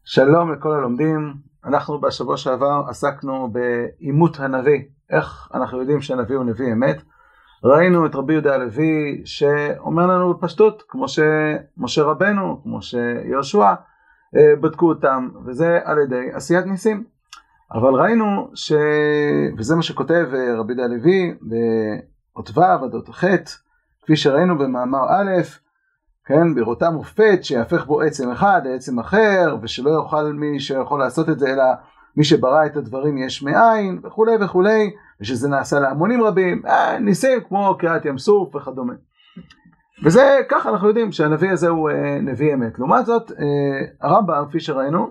שלום לכל הלומדים. אנחנו בשבוע שעבר עסקנו באימות הנביא, איך אנחנו יודעים שהנביא הוא נביא אמת. ראינו את רבי יהודה הלוי שאומר לנו בפשטות, כמו שמשה רבנו, כמו שיהושע, בדקו אותם, וזה על ידי עשיית ניסים. אבל ראינו וזה מה שכותב רבי יהודה הלוי באות ו' עד אות ח', כפי שראינו במאמר א', כן, בראותם מופת שיהפך בו עצם אחד לעצם אחר, ושלא יוכל מי שיכול לעשות את זה, אלא מי שברא את הדברים יש מאין, וכולי וכולי, ושזה נעשה להמונים רבים, ניסים כמו קריעת ים סוף וכדומה. וזה ככה אנחנו יודעים שהנביא הזה הוא נביא אמת. לעומת זאת, הרמב"ם, כפי שראינו,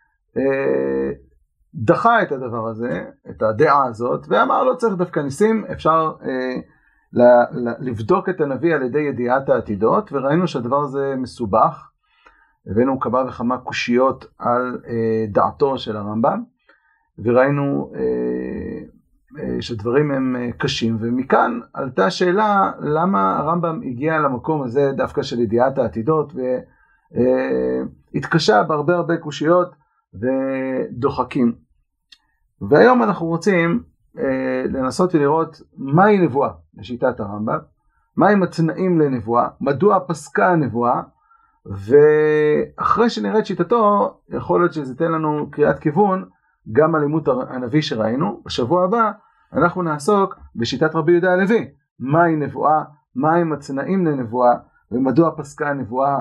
דחה את הדבר הזה, את הדעה הזאת, ואמר לא צריך דווקא ניסים, אפשר לבדוק את הנביא על ידי ידיעת העתידות, וראינו שהדבר הזה מסובך. הבאנו כמה וכמה קושיות על דעתו של הרמב"ם, וראינו שדברים הם קשים, ומכאן עלתה שאלה למה הרמב"ם הגיע למקום הזה דווקא של ידיעת העתידות, והתקשה בהרבה הרבה קושיות ודוחקים. והיום אנחנו רוצים לנסות ולראות מהי נבואה לשיטת הרמב"ם, מהם התנאים לנבואה, מדוע פסקה הנבואה, ואחרי שנראה את שיטתו, יכול להיות שזה ייתן לנו קריאת כיוון גם על לימוד הנביא שראינו. בשבוע הבא אנחנו נעסוק בשיטת רבי יהודה הלוי, מהי נבואה, מהם התנאים לנבואה, ומדוע פסקה הנבואה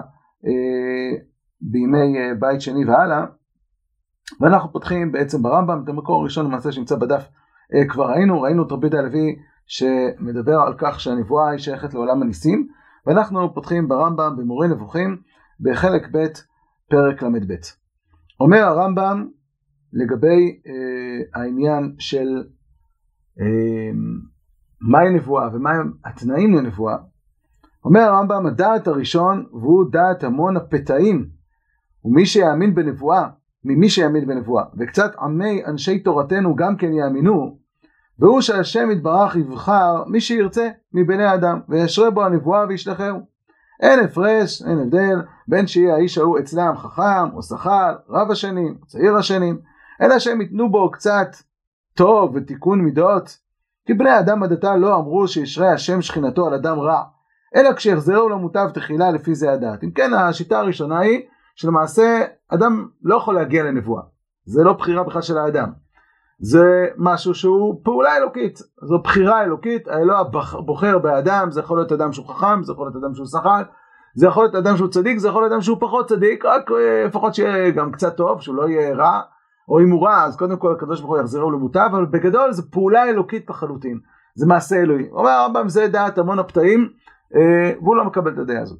בימי בית שני והלאה. ואנחנו פותחים בעצם ברמב"ם, את המקור הראשון למעשה שנמצא בדף כבר ראינו את רבי יהודה הלוי שמדבר על כך שהנבואה היא שייכת לעולם הניסים, ואנחנו פותחים ברמב"ם במורה נבוכים בחלק ב' פרק ל"ב. אומר הרמב"ם לגבי העניין של מהי נבואה ומהם התנאים לנבואה. אומר הרמב"ם, הדעת הראשון והוא דעת המון הפתאים, ומי שיאמין בנבואה, ממי שיאמין בנבואה, וקצת עמי אנשי תורתנו גם כן יאמינו, והוא שהשם יתברך יבחר מי שירצה מביני האדם, וישרה בו הנבואה וישלחהו. אין הפרש, אין הבדל, בין שיהיה האיש ההוא אצלם חכם או שחל, רב השנים או צעיר השנים, אלא שהם ייתנו בו קצת טוב ותיקון מידות. כי בני האדם הדתה לא אמרו שישרה השם שכינתו על אדם רע, אלא כשיחזרו למוטב תחילה לפי זה הדעת. אם כן, השיטה הראשונה היא שלמעשה אדם לא יכול להגיע לנבואה. זה לא בחירה בכלל של האדם. זה משהו שהוא פעולה אלוקית. זו בחירה אלוקית. האלוה בוחר באדם. זה יכול להיות אדם שהוא חכם, זה יכול להיות אדם שהוא שחל, זה יכול להיות אדם שהוא צדיק, זה יכול להיות אדם שהוא פחות צדיק, רק לפחות שיהיה גם קצת טוב, שהוא לא יהיה רע, או אם הוא רע, אז קודם כל הקדוש ברוך הוא יחזירו למוטב, אבל בגדול זה פעולה אלוקית לחלוטין. זה מעשה אלוהי. אומר הרמב"ם, זה דעת המון הפתאים, והוא לא מקבל את הדעה הזאת.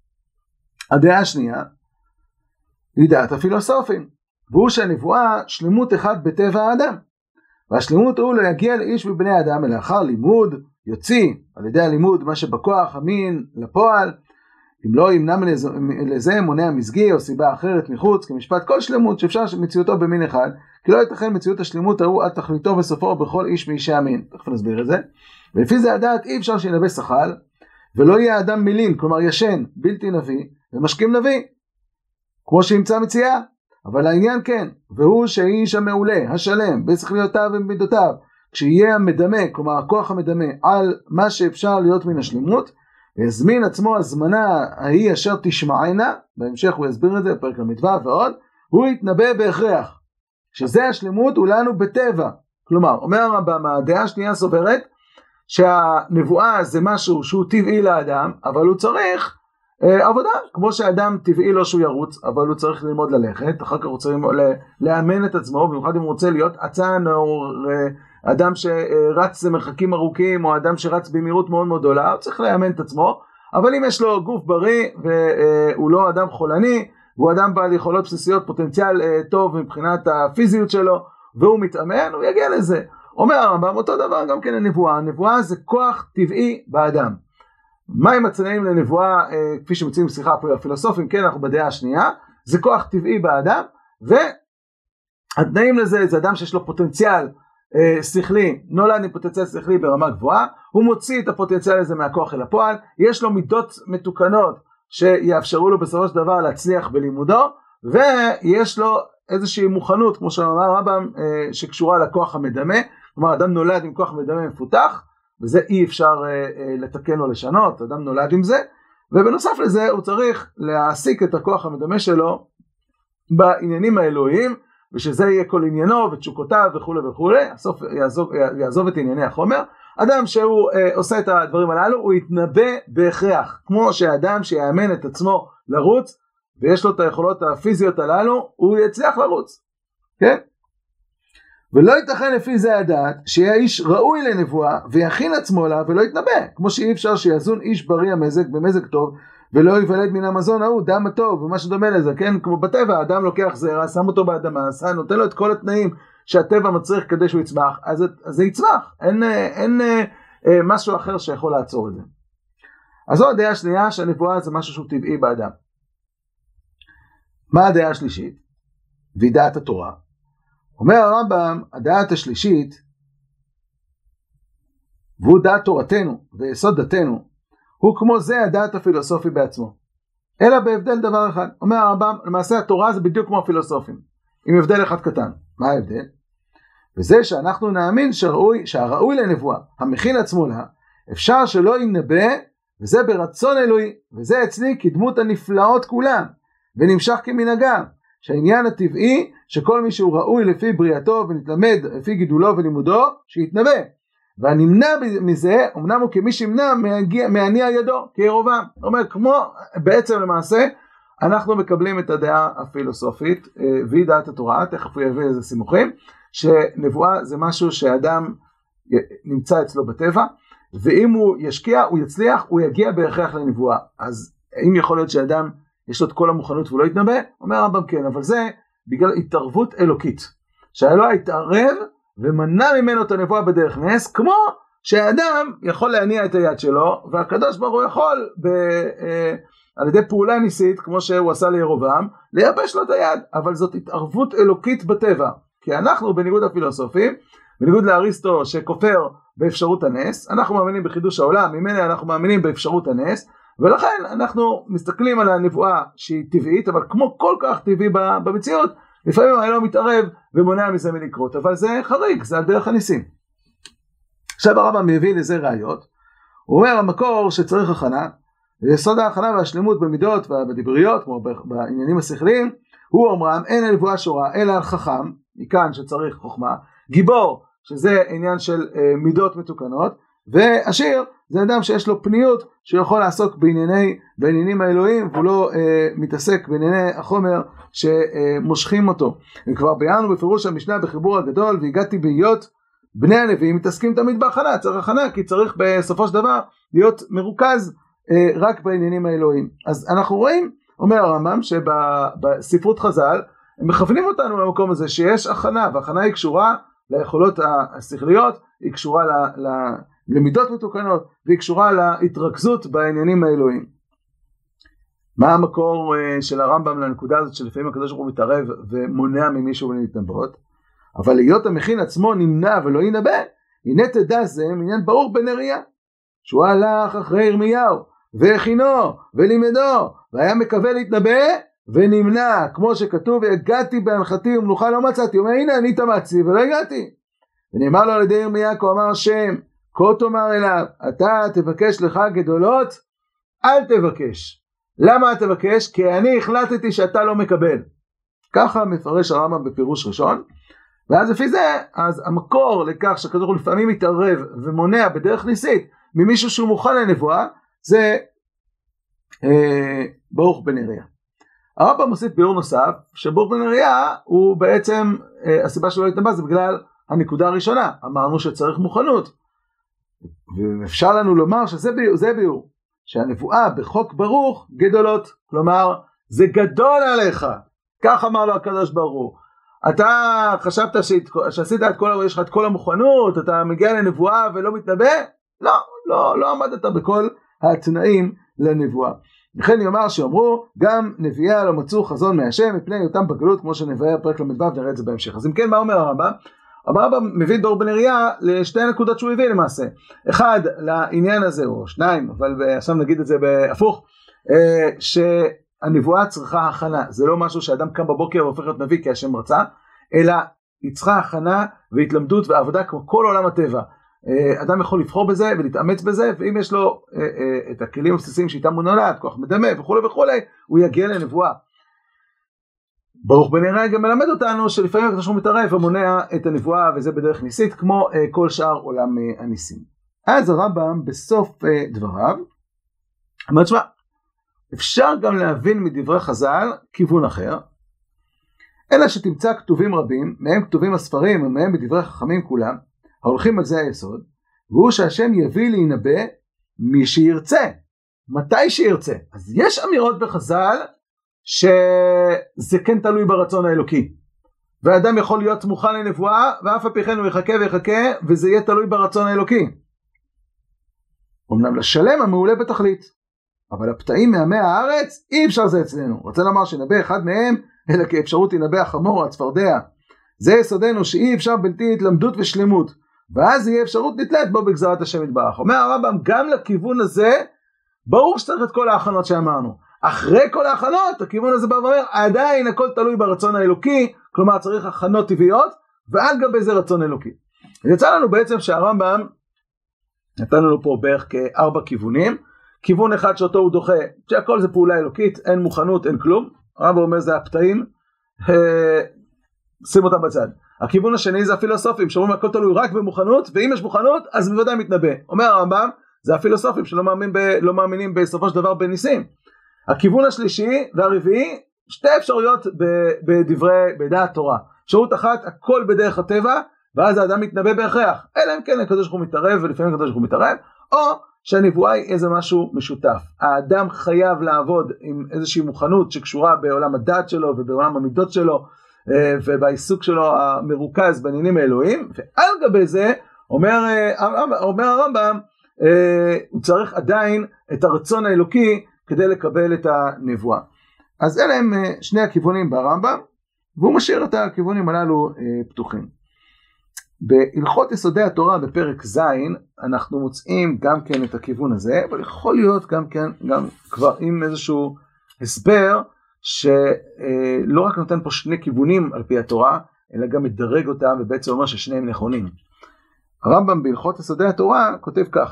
הדעה השנייה, היא דעת הפילוסופים, והוא שהנבואה שלמות אחד בטבע האדם, והשלמות הוא להגיע לאיש מבני האדם לאחר לימוד יוציא על ידי הלימוד מה שבכוח אמין לפועל, אם לא ימנע לזה מונע מזגי או סיבה אחרת מחוץ, כמשפט כל שלמות שאפשר מציאותו במין אחד, כי לא ייתכן מציאות השלמות ההוא עד תכליתו וסופו בכל איש מאישי המין. תכף נסביר את זה. ולפי זה הדעת אי אפשר שינבא שחל, ולא יהיה אדם מילין, כלומר ישן, בלתי נביא, ומשכים נביא, כמו שימצא מציאה. אבל העניין כן, והוא שהאיש המעולה, השלם, בשכליותיו ובמידותיו, כשיהיה המדמה, כלומר הכוח המדמה, על מה שאפשר להיות מן השלמות, ויזמין עצמו הזמנה ההיא אשר תשמענה, בהמשך הוא יסביר את זה בפרק ל"ו ועוד, הוא יתנבא בהכרח, שזה השלמות הוא לנו בטבע. כלומר, אומר הרמב"ם, הדעה השנייה סוברת, שהנבואה זה משהו שהוא טבעי לאדם, אבל הוא צריך עבודה, כמו שאדם טבעי לו שהוא ירוץ, אבל הוא צריך ללמוד ללכת, אחר כך הוא צריך לאמן את עצמו, במיוחד אם הוא רוצה להיות אצן או אדם שרץ למרחקים ארוכים, או אדם שרץ במהירות מאוד מאוד גדולה, הוא צריך לאמן את עצמו. אבל אם יש לו גוף בריא, והוא לא אדם חולני, והוא אדם בעל יכולות בסיסיות, פוטנציאל טוב מבחינת הפיזיות שלו, והוא מתאמן, הוא יגיע לזה. אומר הרמב"ם, אותו דבר גם כן הנבואה. הנבואה זה כוח טבעי באדם. מהם התנאים לנבואה, כפי שמציעים בשיחה הפילוסופים, כן, אנחנו בדעה השנייה, זה כוח טבעי באדם, והתנאים לזה, זה אדם שיש לו פוטנציאל שכלי, נולד עם פוטנציאל שכלי ברמה גבוהה, הוא מוציא את הפוטנציאל הזה מהכוח אל הפועל, יש לו מידות מתוקנות שיאפשרו לו בסופו של דבר להצליח בלימודו, ויש לו איזושהי מוכנות, כמו שאמר הרמב"ם, שקשורה לכוח המדמה, כלומר אדם נולד עם כוח מדמה מפותח, וזה אי אפשר לתקן או לשנות, אדם נולד עם זה, ובנוסף לזה הוא צריך להעסיק את הכוח המדמה שלו בעניינים האלוהיים, ושזה יהיה כל עניינו ותשוקותיו וכו' וכו', הסוף יעזוב את ענייני החומר. אדם שהוא עושה את הדברים הללו, הוא יתנבא בהכרח, כמו שאדם שיאמן את עצמו לרוץ, ויש לו את היכולות הפיזיות הללו, הוא יצליח לרוץ, כן? ולא ייתכן לפי זה הדעת, שיהיה איש ראוי לנבואה, ויכין עצמו לה ולא יתנבא, כמו שאי אפשר שיזון איש בריא המזג במזג טוב, ולא ייוולד מן המזון ההוא, דם הטוב, ומה שדומה לזה, כן? כמו בטבע, האדם לוקח זרע, שם אותו באדמה, נותן לו את כל התנאים שהטבע מצריך כדי שהוא יצמח, אז זה יצמח, אין משהו אחר שיכול לעצור את זה. אז זו הדעה השנייה, שהנבואה זה משהו שהוא טבעי באדם. מה הדעה השלישית? והיא דעת התורה. אומר הרמב"ם, הדעת השלישית, והוא דעת תורתנו, ויסוד דתנו, הוא כמו זה הדעת הפילוסופי בעצמו. אלא בהבדל דבר אחד. אומר הרמב"ם, למעשה התורה זה בדיוק כמו הפילוסופים, עם הבדל אחד קטן. מה ההבדל? וזה שאנחנו נאמין שהראוי לנבואה, המכין עצמו לה, אפשר שלא ינבא, וזה ברצון אלוהי, וזה אצלי כדמות הנפלאות כולם, ונמשך כמנהגם, שהעניין הטבעי, שכל מי שהוא ראוי לפי בריאתו ונתלמד לפי גידולו ולימודו, שיתנבא. והנמנע מזה, אמנם הוא כמי שימנע מהניע ידו, כירובעם. זאת אומרת, כמו בעצם למעשה, אנחנו מקבלים את הדעה הפילוסופית, והיא דעת התורה, תכף הוא יביא איזה סימוכים, שנבואה זה משהו שאדם נמצא אצלו בטבע, ואם הוא ישקיע, הוא יצליח, הוא יגיע בהכרח לנבואה. אז האם יכול להיות שאדם יש לו את כל המוכנות והוא לא יתנבא? אומר הרמב"ם כן, אבל זה בגלל התערבות אלוקית. שהאלוה יתערב ומנע ממנו את הנבואה בדרך נס, כמו שהאדם יכול להניע את היד שלו, והקדוש ברוך הוא יכול על ידי פעולה ניסית, כמו שהוא עשה לירובעם, לייבש לו את היד. אבל זאת התערבות אלוקית בטבע. כי אנחנו בניגוד הפילוסופים, בניגוד לאריסטו שכופר באפשרות הנס, אנחנו מאמינים בחידוש העולם, ממילא אנחנו מאמינים באפשרות הנס, ולכן אנחנו מסתכלים על הנבואה שהיא טבעית, אבל כמו כל כך טבעי במציאות, לפעמים האלוה מתערב ומונע מזה מלקרות, אבל זה חריג, זה על דרך הניסים. עכשיו הרמב"ם מביא לזה ראיות, הוא אומר המקור שצריך הכנה, ויסוד ההכנה והשלמות במידות ובדיבריות, כמו בעניינים השכליים, הוא אומרם אין הנבואה שורה אלא על חכם, מכאן שצריך חוכמה, גיבור שזה עניין של מידות מתוקנות, ועשיר זה אדם שיש לו פניות שיכול לעסוק בעניינים האלוהים, והוא לא מתעסק בענייני החומר שמושכים אותו. וכבר ביארנו בפירוש המשנה בחיבור הגדול, והגעתי בהיות בני הנביאים מתעסקים תמיד בהכנה, צריך הכנה, כי צריך בסופו של דבר להיות מרוכז רק בעניינים האלוהים. אז אנחנו רואים, אומר הרמב"ם, שבספרות חז"ל הם מכוונים אותנו למקום הזה שיש הכנה, והכנה היא קשורה ליכולות השכליות, היא קשורה למידות מתוקנות, והיא קשורה להתרכזות בעניינים האלוהים. מה המקור של הרמב"ם לנקודה הזאת שלפעמים הקדוש ברוך הוא מתערב ומונע ממישהו להתנבאות? אבל להיות המכין עצמו נמנע ולא ינבא, הנה תדע זה מעניין ברור בנריה, שהוא הלך אחרי ירמיהו והכינו ולימדו והיה מקווה להתנבא ונמנע, כמו שכתוב הגעתי בהנחתי ומנוחה לא מצאתי. הוא אומר הנה אני תמצאתי ולא הגעתי. ונאמר לו על ידי ירמיה כה אמר השם כה תאמר אליו אתה תבקש לך גדולות אל תבקש. למה תבקש? כי אני החלטתי שאתה לא מקבל. ככה מפרש הרמב"ם בפירוש ראשון. ואז לפי זה, אז המקור לכך שהקדוש ברוך הוא לפעמים מתערב ומונע בדרך ניסית ממישהו שהוא מוכן לנבואה, זה ברוך בן נריה. הרמב"ם מוסיף ביאור נוסף, שברוך בן נריה הוא בעצם, הסיבה שלא התנבא זה בגלל הנקודה הראשונה. אמרנו שצריך מוכנות. ואפשר לנו לומר שזה ביאור. שהנבואה בחוק ברוך גדולות. כלומר, זה גדול עליך. כך אמר לו הקדוש ברוך הוא. אתה חשבת שעשית את כל, יש לך את כל המוכנות, אתה מגיע לנבואה ולא מתנבא? לא עמדת בכל התנאים לנבואה. לכן יאמר שאומרו, גם נביאיה לא מצאו חזון מהשם, מפני אותם בגלות, כמו שנביאי הפרק למדבר, נראה את זה בהמשך. אז אם כן, מה אומר הרמב"ם? הרמב"ם מביא דור בן נריה לשתי נקודות שהוא הביא למעשה. אחד, לעניין הזה, או שניים, אבל עכשיו נגיד את זה בהפוך, הנבואה צריכה הכנה, זה לא משהו שאדם קם בבוקר והופך להיות נביא כי השם רצה, אלא היא צריכה הכנה והתלמדות ועבודה כמו כל עולם הטבע. אדם יכול לבחור בזה ולהתאמץ בזה, ואם יש לו את הכלים הבסיסיים שאיתם הוא נולד, כוח מדמה וכו' וכו', הוא יגיע לנבואה. ברוך בן יראה גם מלמד אותנו שלפעמים הקדוש ברוך הוא מתערב ומונע את הנבואה, וזה בדרך ניסית כמו כל שאר עולם הניסים. אז הרמב"ם בסוף דבריו אומר, תשמע, אפשר גם להבין מדברי חז"ל כיוון אחר, אלא שתמצא כתובים רבים, מהם כתובים הספרים ומהם בדברי חכמים כולם, ההולכים על זה היסוד, והוא שהשם יביא להינבא מי שירצה, מתי שירצה. אז יש אמירות בחז"ל שזה כן תלוי ברצון האלוקי, והאדם יכול להיות מוכן לנבואה, ואף על פי כן הוא יחכה ויחכה, וזה יהיה תלוי ברצון האלוקי. אמנם לשלם המעולה בתכלית, אבל הפתאים מעמי הארץ אי אפשר זה אצלנו. רוצה לומר שנבא אחד מהם, אלא כאפשרות ינבא החמור או הצפרדע. זה יסודנו שאי אפשר בלתי התלמדות ושלמות, ואז יהיה אפשרות נתלת בו בגזרת השם יתברך. אומר הרמב"ם, גם לכיוון הזה, ברור שצריך את כל ההכנות שאמרנו. אחרי כל ההכנות, הכיוון הזה בא ואומר, עדיין הכל תלוי ברצון האלוקי, כלומר צריך הכנות טבעיות, ועל גבי זה רצון אלוקי. יצא לנו בעצם שהרמב"ם, נתן לנו פה בערך כ4 כיוונים, כיוון אחד שאותו הוא דוחה, שהכל זה פעולה אלוקית, אין מוכנות, אין כלום. הרמב"ם אומר זה הפתאים, שים אותם בצד. הכיוון השני זה הפילוסופים, שאומרים הכל תלוי רק במוכנות, ואם יש מוכנות אז בוודאי מתנבא. אומר הרמב"ם, זה הפילוסופים שלא מאמינים בסופו של דבר בניסים. הכיוון השלישי והרביעי, שתי אפשרויות בדעת תורה. אפשרות אחת, הכל בדרך הטבע, ואז האדם מתנבא בהכרח, אלא אם כן הקדוש ברוך הוא מתערב, ולפעמים הקדוש ברוך הוא מתערב, או שהנבואה היא איזה משהו משותף. האדם חייב לעבוד עם איזושהי מוכנות שקשורה בעולם הדת שלו ובעולם המידות שלו, ובעיסוק שלו המרוכז בעניינים האלוהים, ועל גבי זה אומר הרמב"ם, הוא צריך עדיין את הרצון האלוקי כדי לקבל את הנבואה. אז אלה הם שני הכיוונים ברמב"ם, והוא משאיר את הכיוונים הללו פתוחים. בהלכות יסודי התורה בפרק ז' אנחנו מוצאים גם כן את הכיוון הזה, אבל יכול להיות גם כן, גם כבר עם איזשהו הסבר שלא רק נותן פה שני כיוונים על פי התורה, אלא גם מדרג אותם ובעצם אומר ששניהם נכונים. הרמב"ם בהלכות יסודי התורה כותב כך,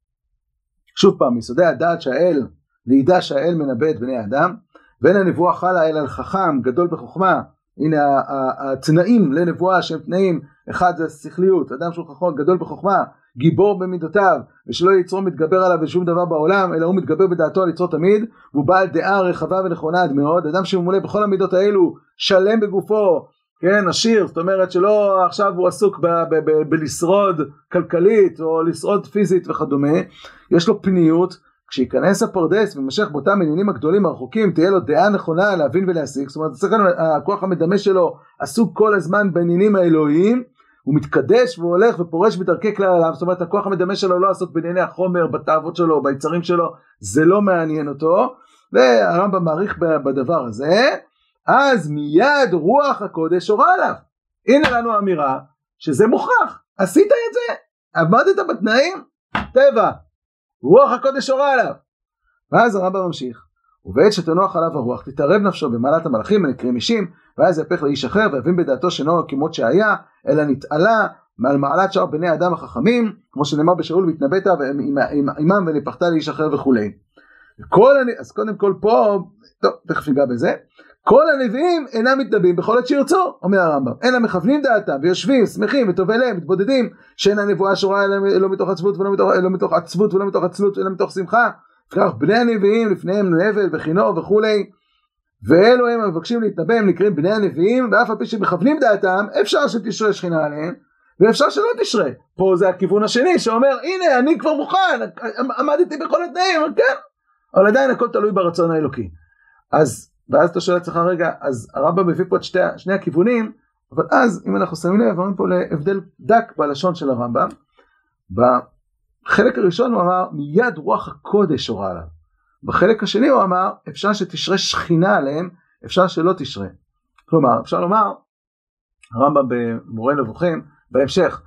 שוב פעם, יסודי הדעת שהאל, לידע שהאל מנבא את בני האדם, ואין הנבואה חלה אלא על חכם גדול בחוכמה. הנה התנאים לנבואה שהם תנאים, אחד זה שכליות, אדם שהוא חכם גדול בחוכמה, גיבור במידותיו, ושלא יצרו מתגבר עליו בשום דבר בעולם, אלא הוא מתגבר בדעתו על יצרו תמיד, והוא בעל דעה רחבה ונכונה עד מאוד, אדם שממולא בכל המידות האלו, שלם בגופו, כן, עשיר, זאת אומרת שלא עכשיו הוא עסוק בלשרוד כלכלית, או לשרוד פיזית וכדומה, יש לו פניות, כשיכנס הפרדס ומשך באותם עניינים הגדולים הרחוקים, תהיה לו דעה נכונה להבין ולהסיק, זאת אומרת, הכוח המדמה שלו עסוק כל הזמן בעניינים האלוהיים, הוא מתקדש והוא הולך ופורש בדרכי כלל עליו, זאת אומרת, הכוח המדמה שלו לא עסוק בענייני החומר, בתאוות שלו, ביצרים שלו, זה לא מעניין אותו, והרמב"ם מעריך בדבר הזה, אז מיד רוח הקודש הורה עליו. הנה לנו אמירה שזה מוכרח, עשית את זה, עמדת בתנאים, טבע. רוח הקודש הורה עליו. ואז הרמב"ם ממשיך, ובעת שתנוח עליו הרוח תתערב נפשו במעלת המלאכים הנקראים אישים, ואז יהפך לאיש אחר ויבין בדעתו שאינו כמות שהיה, אלא נתעלה מעל מעלת שאר בני האדם החכמים, כמו שנאמר בשאול והתנבאת ועמם ונפחת לאיש אחר וכולי. אז קודם כל פה, טוב, תכף ניגע בזה, כל הנביאים אינם מתנבאים בכל עת שירצו, אומר הרמב"ם, אלא מכוונים דעתם ויושבים, שמחים וטובי לב, מתבודדים, שאין הנבואה שורה לא מתוך עצבות ולא מתוך עצבות ולא מתוך עצלות ולא מתוך שמחה, כך בני הנביאים לפניהם נבל וכינור וכולי, ואלו הם המבקשים להתנבא, הם נקראים בני הנביאים, ואף על פי שמכוונים דעתם, אפשר שתשרה שכינה עליהם, ואפשר שלא תשרה. פה זה הכיוון השני שאומר, הנה אני כבר מוכן, עמדתי בכל התנאים, כן? אבל עדיין הכל תלוי ברצון האלוקי. ואז אתה שואל אצלך רגע, אז הרמב"ם מביא פה את שני הכיוונים, אבל אז אם אנחנו שמים לב, אנחנו פה להבדל דק בלשון של הרמב"ם, בחלק הראשון הוא אמר, מיד רוח הקודש הורה עליו. בחלק השני הוא אמר, אפשר שתשרה שכינה עליהם, אפשר שלא תשרה. כלומר, אפשר לומר, הרמב"ם במורה נבוכים, בהמשך,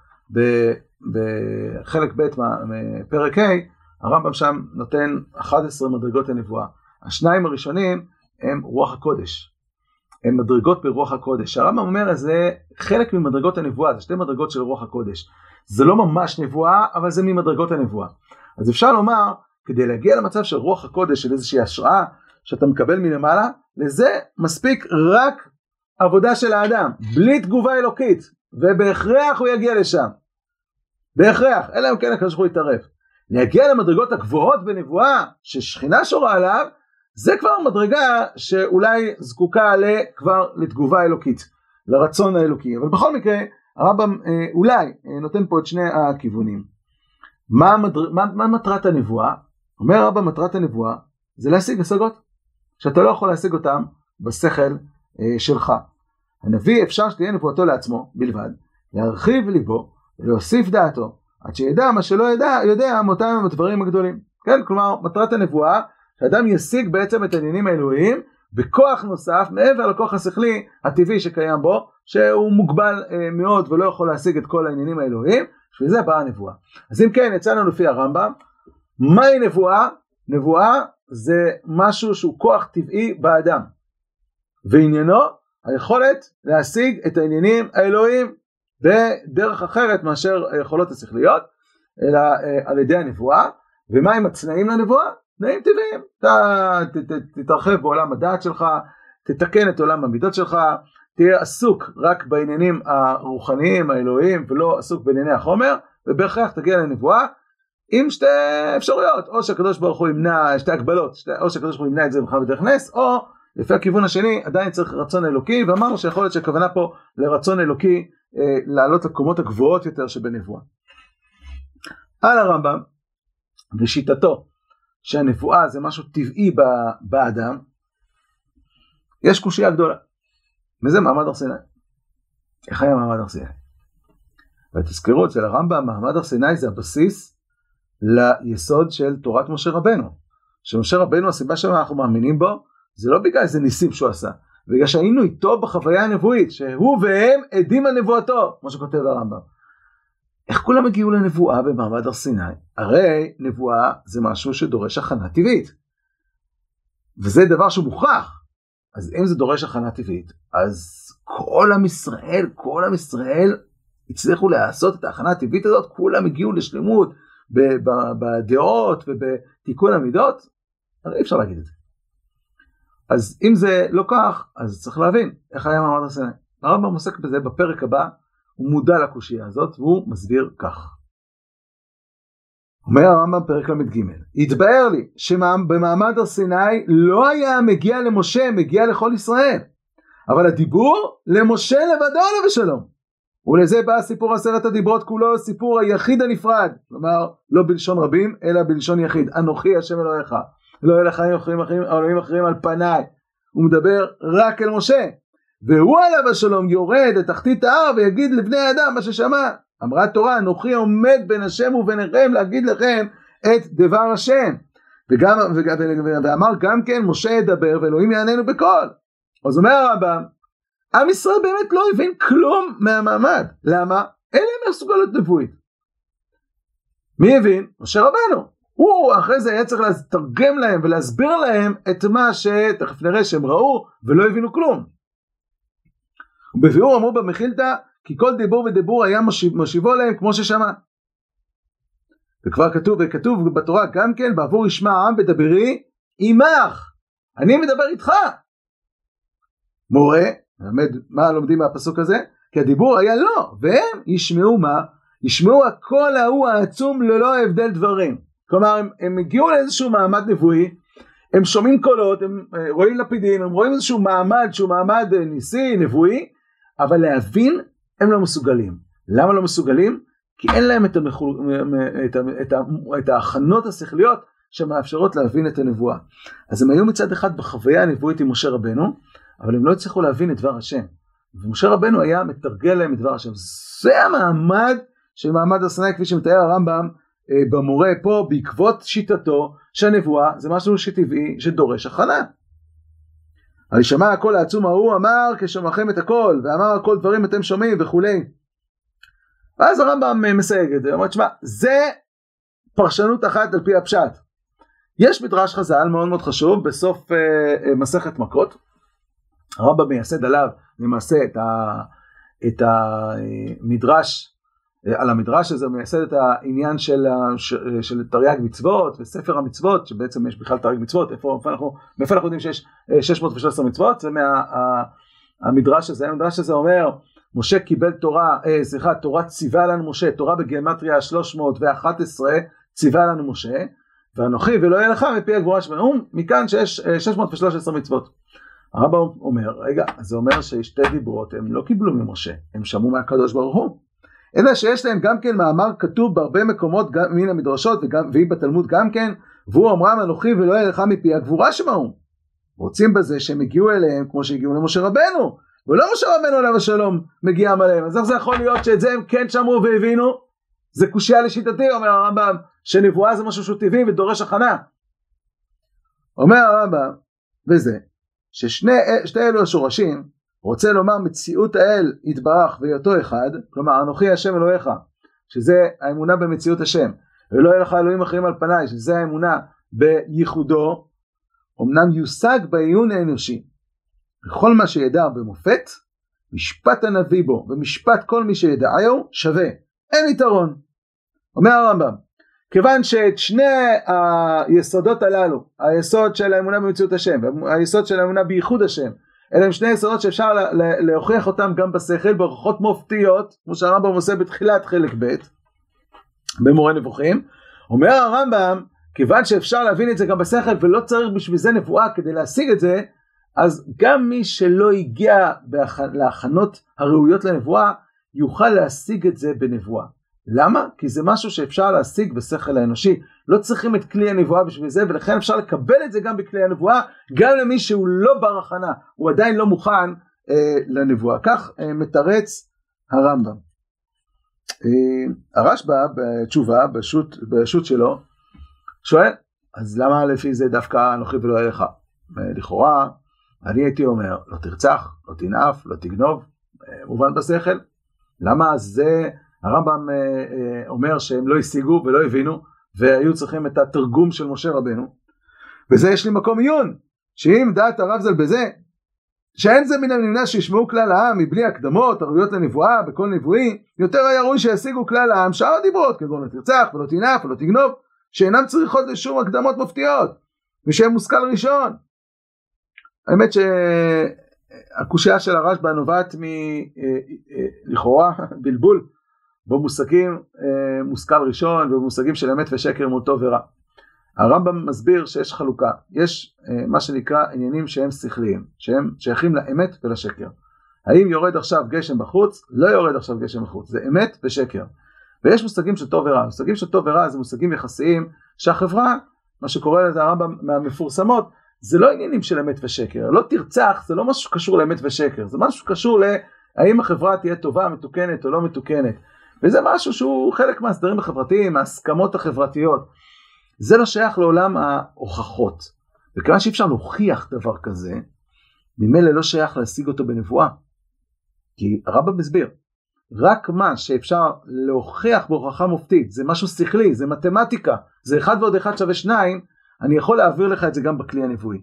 בחלק ב' מפרק ה', הרמב"ם שם נותן 11 מדרגות הנבואה. השניים הראשונים הם רוח הקודש. הם מדרגות ברוח הקודש. הרמב"ם אומר, זה חלק ממדרגות הנבואה, זה שתי מדרגות של רוח הקודש. זה לא ממש נבואה, אבל זה ממדרגות הנבואה. אז אפשר לומר, כדי להגיע למצב של רוח הקודש, של איזושהי השראה שאתה מקבל מלמעלה, לזה מספיק רק עבודה של האדם, בלי תגובה אלוקית, ובהכרח הוא יגיע לשם. בהכרח, אלא אם כן הקדוש ברוך הוא יתערב. להגיע למדרגות הגבוהות בנבואה, ששכינה שורה עליו, זה כבר מדרגה שאולי זקוקה כבר לתגובה אלוקית, לרצון האלוקי. אבל בכל מקרה, הרמב"ם אולי נותן פה את שני הכיוונים. מה מטרת הנבואה? אומר הרמב"ם, מטרת הנבואה זה להשיג השגות, שאתה לא יכול להשיג אותם בשכל שלך. הנביא אפשר שתהיה נבואתו לעצמו בלבד, להרחיב ליבו ולהוסיף דעתו, עד שידע מה שלא יודע מאותם הדברים הגדולים. כן, כלומר, מטרת הנבואה, שאדם ישיג בעצם את העניינים האלוהיים, בכוח נוסף, מעבר לכוח השכלי הטבעי שקיים בו, שהוא מוגבל מאוד ולא יכול להשיג את כל העניינים האלוהיים, בשביל זה באה הנבואה. אז אם כן, יצאנו לפי הרמב"ם, מהי נבואה? נבואה זה משהו שהוא כוח טבעי באדם, ועניינו היכולת להשיג את העניינים האלוהיים בדרך אחרת מאשר היכולות השכליות, אלא על ידי הנבואה. ומה הם התנאים לנבואה? תנאים טבעיים. אתה תתרחב בעולם הדעת שלך, תתקן את עולם המידות שלך, תהיה עסוק רק בעניינים הרוחניים האלוהיים ולא עסוק בענייני החומר, ובהכרח תגיע לנבואה עם שתי אפשרויות, או שהקדוש ברוך הוא ימנע, שתי הגבלות, או שהקדוש ברוך הוא ימנע את זה ממך בדרך נס, או לפי הכיוון השני עדיין צריך רצון אלוקי, ואמרנו שיכול להיות שהכוונה פה לרצון אלוקי לעלות לקומות הגבוהות יותר שבנבואה. על הרמב"ם ושיטתו שהנבואה זה משהו טבעי באדם, יש קושיה גדולה, וזה מעמד הר סיני. איך היה מעמד הר סיני? ותזכרו, אצל הרמב"ם מעמד הר סיני זה הבסיס ליסוד של תורת משה רבנו. שמשה רבנו, הסיבה שאנחנו מאמינים בו, זה לא בגלל איזה ניסים שהוא עשה, בגלל שהיינו איתו בחוויה הנבואית, שהוא והם עדים על נבואתו, כמו שכותב הרמב"ם. איך כולם הגיעו לנבואה במעמד הר סיני? הרי נבואה זה משהו שדורש הכנה טבעית, וזה דבר שהוא מוכרח. אז אם זה דורש הכנה טבעית, אז כל עם ישראל הצליחו לעשות את ההכנה הטבעית הזאת, כולם הגיעו לשלמות בדעות ובתיקון המידות, הרי אפשר להגיד את זה. אז אם זה לא כך, אז צריך להבין איך היה מעמד הר סיני. הרמב"ם עוסק בזה בפרק הבא, הוא מודע לקושיה הזאת, והוא מסביר כך. אומר הרמב"ם פרק למ"ג, התבאר לי שבמעמד הר סיני לא היה מגיע למשה, מגיע לכל ישראל, אבל הדיבור למשה לבדו לבשלום. ולזה בא סיפור 10 הדיברות כולו, סיפור היחיד הנפרד, כלומר לא בלשון רבים אלא בלשון יחיד. אנוכי השם אלוהיך, לא יהיה לך אלוהים אחרים על פניי. הוא מדבר רק אל משה, והוא עליו השלום יורד לתחתית ההר ויגיד לבני האדם מה ששמע. אמרה התורה, אנוכי עומד בין השם וביניכם להגיד לכם את דבר השם. ואמר גם כן, משה ידבר ואלוהים יעננו בקול. אז אומר הרמב"ם, עם ישראל באמת לא הבין כלום מהמעמד. למה? אין להם מסוגלות נבואית. מי הבין? משה רבנו. הוא אחרי זה היה צריך לתרגם להם ולהסביר להם את מה שתכף נראה שהם ראו ולא הבינו כלום. ובביאור אמרו במחילתא, כי כל דיבור ודיבור היה משיבו להם כמו ששמע. וכבר כתוב בתורה גם כן, בעבור ישמע העם בדברי עמך, אני מדבר איתך. מורה, מה לומדים מהפסוק הזה? כי הדיבור היה לא, והם ישמעו מה? ישמעו הקול ההוא העצום ללא הבדל דברים. כלומר, הם הגיעו לאיזשהו מעמד נבואי, הם שומעים קולות, הם רואים לפידים, הם רואים איזשהו מעמד שהוא מעמד ניסי, נבואי, אבל להבין הם לא מסוגלים. למה לא מסוגלים? כי אין להם את ההכנות השכליות שמאפשרות להבין את הנבואה. אז הם היו מצד אחד בחוויה הנבואית עם משה רבנו, אבל הם לא הצליחו להבין את דבר השם. ומשה רבנו היה מתרגל להם את דבר השם. זה המעמד של מעמד הר סיני, כפי שמתאר הרמב"ם במורה פה, בעקבות שיטתו שהנבואה זה משהו שטבעי שדורש הכנה. אבל שמע הקול העצום ההוא, אמר כשמעכם את הקול, ואמר כל דברים אתם שומעים וכולי. ואז הרמב"ם מסייג את זה, אומר, שמה, זה פרשנות אחת על פי הפשט. יש מדרש חז"ל מאוד מאוד חשוב בסוף מסכת מכות, הרמב"ם מייסד עליו למעשה את המדרש, על המדרש הזה הוא מייסד את העניין של תרי"ג מצוות וספר המצוות, שבעצם יש בכלל תרי"ג מצוות, מאיפה אנחנו יודעים שיש 613 מצוות, זה מהמדרש הזה. המדרש הזה אומר, משה קיבל תורה ציווה לנו משה, תורה בגימטריה 311 ציווה לנו משה, ואנוכי ולא יהיה לך מפי הגבורה שבנו, מכאן שיש 613 מצוות. הרמב"ם אומר, רגע, זה אומר ששתי דיברות הם לא קיבלו ממשה, הם שמעו מהקדוש ברוך הוא. אלא שיש להם גם כן מאמר כתוב בהרבה מקומות מן המדרשות, והיא בתלמוד גם כן, והוא אמרם אנוכי ולא יהיה לך מפי הגבורה שבנו. רוצים בזה שהם הגיעו אליהם כמו שהגיעו למשה רבנו, ולא משה רבנו עליו השלום מגיעם עליהם. אז איך זה יכול להיות שאת זה הם כן שמעו והבינו? זה קושיה לשיטתי, אומר הרמב"ם, שנבואה זה משהו שהוא טבעי ודורש הכנה. אומר הרמב"ם, וזה, ששתי אלו השורשים, רוצה לומר מציאות האל יתברך והיותו אחד, כלומר אנוכי השם אלוהיך, שזה האמונה במציאות השם, ולא יהיה לך אלוהים אחרים על פניי, שזה האמונה בייחודו, אמנם יושג בעיון האנושי, וכל מה שידע במופת, משפט הנביא בו, ומשפט כל מי שידעיו, שווה, אין יתרון. אומר הרמב"ם, כיוון שאת שני היסודות הללו, היסוד של האמונה במציאות השם, והיסוד של האמונה בייחוד השם, אלה הם שני יסודות שאפשר להוכיח אותם גם בשכל, בהוכחות מופתיות, כמו שהרמב"ם עושה בתחילת חלק ב' במורה נבוכים. אומר הרמב"ם, כיוון שאפשר להבין את זה גם בשכל, ולא צריך בשביל זה נבואה כדי להשיג את זה, אז גם מי שלא הגיע להכנות הראויות לנבואה, יוכל להשיג את זה בנבואה. למה? כי זה משהו שאפשר להשיג בשכל האנושי. לא צריכים את כלי הנבואה בשביל זה, ולכן אפשר לקבל את זה גם בכלי הנבואה, גם למי שהוא לא בר הכנה, הוא עדיין לא מוכן לנבואה. כך מתרץ הרמב"ם. הרשב"א בתשובה, בשו"ת שלו, שואל, אז למה לפי זה דווקא אנוכי ולא יהיה לך? לכאורה, אני הייתי אומר, לא תרצח, לא תנאף, לא תגנוב, מובן בשכל. למה זה... הרמב"ם אומר שהם לא השיגו ולא הבינו, והיו צריכים את התרגום של משה רבנו, וזה יש לי מקום עיון, שאם דעת הרב ז"ל בזה, שאין זה מן הנמנע שישמעו כלל העם מבלי הקדמות, הראויות לנבואה בכל נבואי, יותר היה ראוי שישיגו כלל העם שאר הדיברות, כגון לא תרצח ולא תנאף ולא תגנוב, שאינם צריכות לשום הקדמות מפתיעות, ושהם מושכל ראשון. האמת שהקושיה של הרשב"א נובעת לכאורה בלבול, במושגים מושכל ראשון ובמושגים של אמת ושקר מול טוב ורע. הרמב"ם מסביר שיש חלוקה, יש מה שנקרא עניינים שהם שכליים, שהם שייכים לאמת ולשקר. האם יורד עכשיו גשם בחוץ? לא יורד עכשיו גשם בחוץ, זה אמת ושקר. ויש מושגים של טוב ורע, מושגים של טוב ורע זה מושגים יחסיים שהחברה, מה שקורא לזה הרמב"ם מהמפורסמות, זה לא עניינים של אמת ושקר. לא תרצח, זה לא משהו שקשור לאמת ושקר, זה משהו שקשור להאם החברה תהיה טובה, מתוקנת או לא מתוקנת. וזה משהו שהוא חלק מהסדרים החברתיים, מההסכמות החברתיות. זה לא שייך לעולם ההוכחות. וכיוון שאי אפשר להוכיח דבר כזה, ממילא לא שייך להשיג אותו בנבואה. כי הרמב"ם מסביר, רק מה שאפשר להוכיח בהוכחה מופתית, זה משהו שכלי, זה מתמטיקה, זה 1 ועוד 1 שווה 2, אני יכול להעביר לך את זה גם בכלי הנבואי.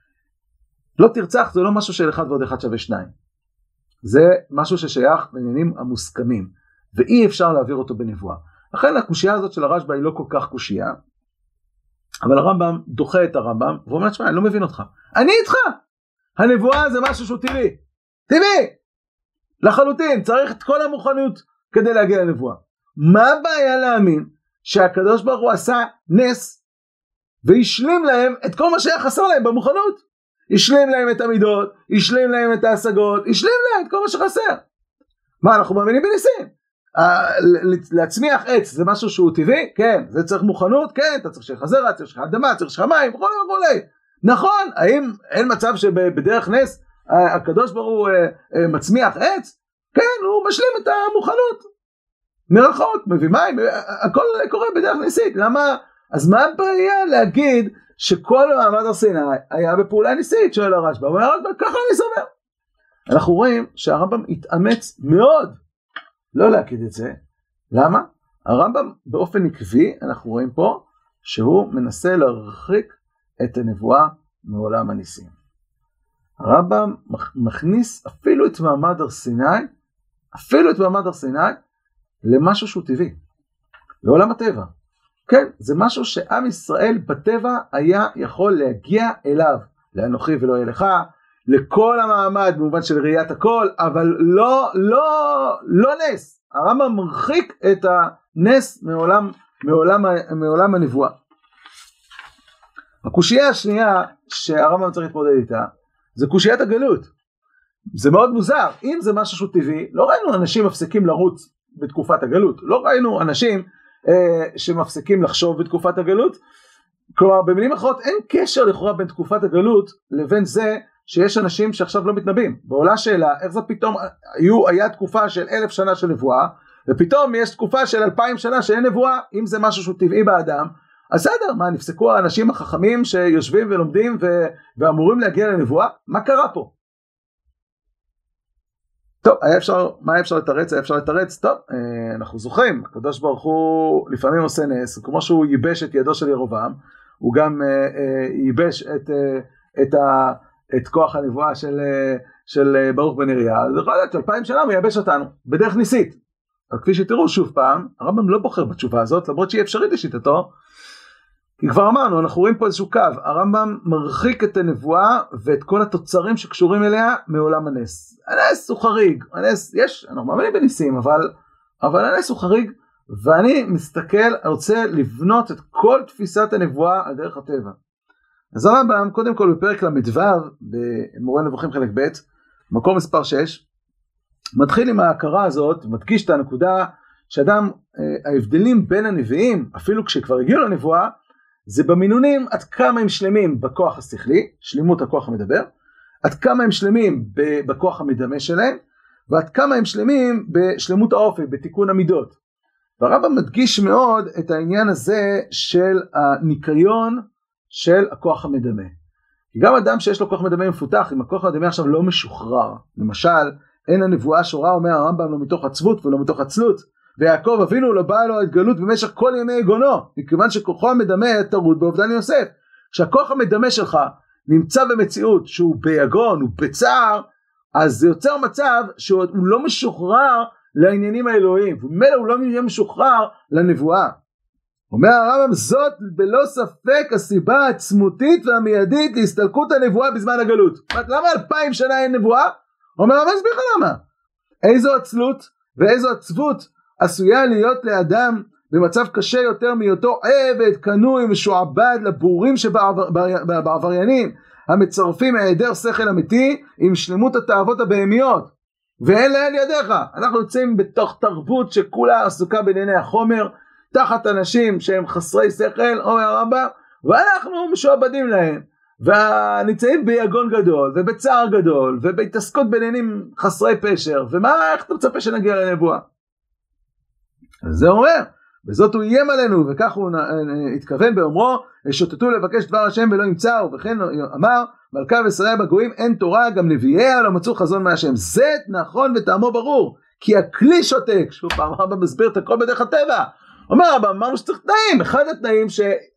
לא תרצח, זה לא משהו של 1 ועוד 1 שווה 2. זה משהו ששייך לעניינים המוסכמים. ואי אפשר להעביר אותו בנבואה. לכן הקושיה הזאת של הרשב"א היא לא כל כך קושיה, אבל הרמב"ם דוחה את הרמב"ם, והוא אומר, תשמע, אני לא מבין אותך. אני איתך! הנבואה זה משהו שהוא טבעי. טבעי! לחלוטין, צריך את כל המוכנות כדי להגיע לנבואה. מה הבעיה להאמין שהקדוש ברוך הוא עשה נס, והשלים להם את כל מה שהיה חסר להם במוכנות? השלים להם את המידות, השלים להם את ההשגות, השלים להם את כל מה שחסר. מה, אנחנו מאמינים בניסים? להצמיח עץ זה משהו שהוא טבעי? כן. זה צריך מוכנות? כן. אתה צריך שחזרה, צריך שלך אדמה, צריך שלך מים, וכו' וכו'. נכון. האם אין מצב שבדרך נס הקדוש ברוך הוא מצמיח עץ? כן, הוא משלים את המוכנות. מרחוק, מביא מים, הכל קורה בדרך ניסית. למה? אז מה הבעיה להגיד שכל מעמד הר סיני היה בפעולה ניסית? שואל הרשב"א. הוא אומר הרשב"א, ככה אני סובר. אנחנו רואים שהרמב"ם התאמץ מאוד לא להגיד את זה. למה? הרמב"ם באופן עקבי, אנחנו רואים פה, שהוא מנסה להרחיק את הנבואה מעולם הניסים. הרמב"ם מכניס אפילו את מעמד הר סיני, למשהו שהוא טבעי, לעולם הטבע. כן, זה משהו שעם ישראל בטבע היה יכול להגיע אליו, לאנוכי ולא יהיה לך, לכל המעמד במובן של ראיית הכל, אבל לא נס. הרמב"ם מרחיק את הנס מעולם הנבואה. הקושייה השנייה שהרמב"ם צריך להתמודד איתה, זה קושיית הגלות. זה מאוד מוזר, אם זה משהו שהוא טבעי, לא ראינו אנשים מפסיקים לרוץ בתקופת הגלות, לא ראינו אנשים שמפסיקים לחשוב בתקופת הגלות, כלומר במילים אחרות אין קשר לכאורה בין תקופת הגלות לבין זה שיש אנשים שעכשיו לא מתנבאים. ועולה שאלה, איך זה פתאום, היה תקופה של 1000 שנה של נבואה, ופתאום יש תקופה של 2000 שנה שאין נבואה. אם זה משהו שהוא טבעי באדם, אז בסדר, מה, נפסקו האנשים החכמים שיושבים ולומדים ואמורים להגיע לנבואה? מה קרה פה? טוב, מה אפשר לתרץ? טוב, אנחנו זוכרים, הקדוש ברוך הוא לפעמים עושה נס, כמו שהוא ייבש את ידו של ירובעם, הוא גם ייבש את כוח הנבואה של ברוך בן נריה. אז יכול להיות 2000 שנה הוא ייבש אותנו, בדרך ניסית. אבל כפי שתראו שוב פעם, הרמב"ם לא בוחר בתשובה הזאת, למרות שהיא אפשרית לשיטתו, כי כבר אמרנו, אנחנו רואים פה איזשהו קו, הרמב"ם מרחיק את הנבואה ואת כל התוצרים שקשורים אליה מעולם הנס. הנס הוא חריג, אנחנו מאמינים בניסים, אבל הנס הוא חריג, ואני מסתכל, רוצה לבנות את כל תפיסת הנבואה על דרך הטבע. אז הרמב"ם, קודם כל בפרק למדבר, במורה נבוכים חלק ב', מקור מספר 6, מתחיל עם ההכרה הזאת, מדגיש את הנקודה, שאדם, ההבדלים בין הנביאים, אפילו כשכבר הגיעו לנבואה, זה במינונים עד כמה הם שלמים בכוח השכלי, שלימות הכוח המדבר, עד כמה הם שלמים בכוח המדמה שלהם, ועד כמה הם שלמים בשלמות האופי, בתיקון המידות. והרמב"ם מדגיש מאוד את העניין הזה של הניקיון של הכוח המדמה. כי גם אדם שיש לו כוח מדמה מפותח, אם הכוח המדמה עכשיו לא משוחרר, למשל, אין הנבואה שורה, אומר הרמב"ם, לא מתוך עצבות ולא מתוך עצלות, ויעקב אבינו לא בא לו התגלות במשך כל ימי יגונו, מכיוון שכוחו המדמה טרוד באובדן יוסף. כשהכוח המדמה שלך נמצא במציאות שהוא ביגון, הוא בצער, אז זה יוצר מצב שהוא לא משוחרר לעניינים האלוהיים, וממילא הוא לא יהיה משוחרר לנבואה. אומר הרמב"ם, זאת בלא ספק הסיבה העצמותית והמיידית להסתלקות הנבואה בזמן הגלות. למה 2000 שנה אין נבואה? אומר הרמב"ם, הסביר לך למה. איזו עצלות ואיזו עצבות עשויה להיות לאדם במצב קשה יותר מהיותו עבד, קנוי, משועבד לבורים שבעבריינים, המצרפים היעדר שכל אמיתי עם שלמות התאוות הבהמיות, ואין לאל ידיך. אנחנו יוצאים בתוך תרבות שכולה עסוקה בענייני החומר, תחת אנשים שהם חסרי שכל, אומר הרמב"ם, ואנחנו משועבדים להם, ונמצאים ביגון גדול, ובצער גדול, ובהתעסקות בעניינים חסרי פשר, איך אתה מצפה שנגיע לנבואה? אז זה אומר, וזאת הוא איים עלינו, וכך הוא התכוון באומרו, שוטטו לבקש דבר השם ולא ימצאו, וכן אמר, מלכה ושריה בגויים אין תורה, גם נביאיה לא מצאו חזון מהשם. זה נכון וטעמו ברור, כי הכלי שותק. שוב פעם, הרמב"ם מסביר את הכל בדרך הטבע. אומר הרמב"ם, אמרנו שצריך תנאים, אחד התנאים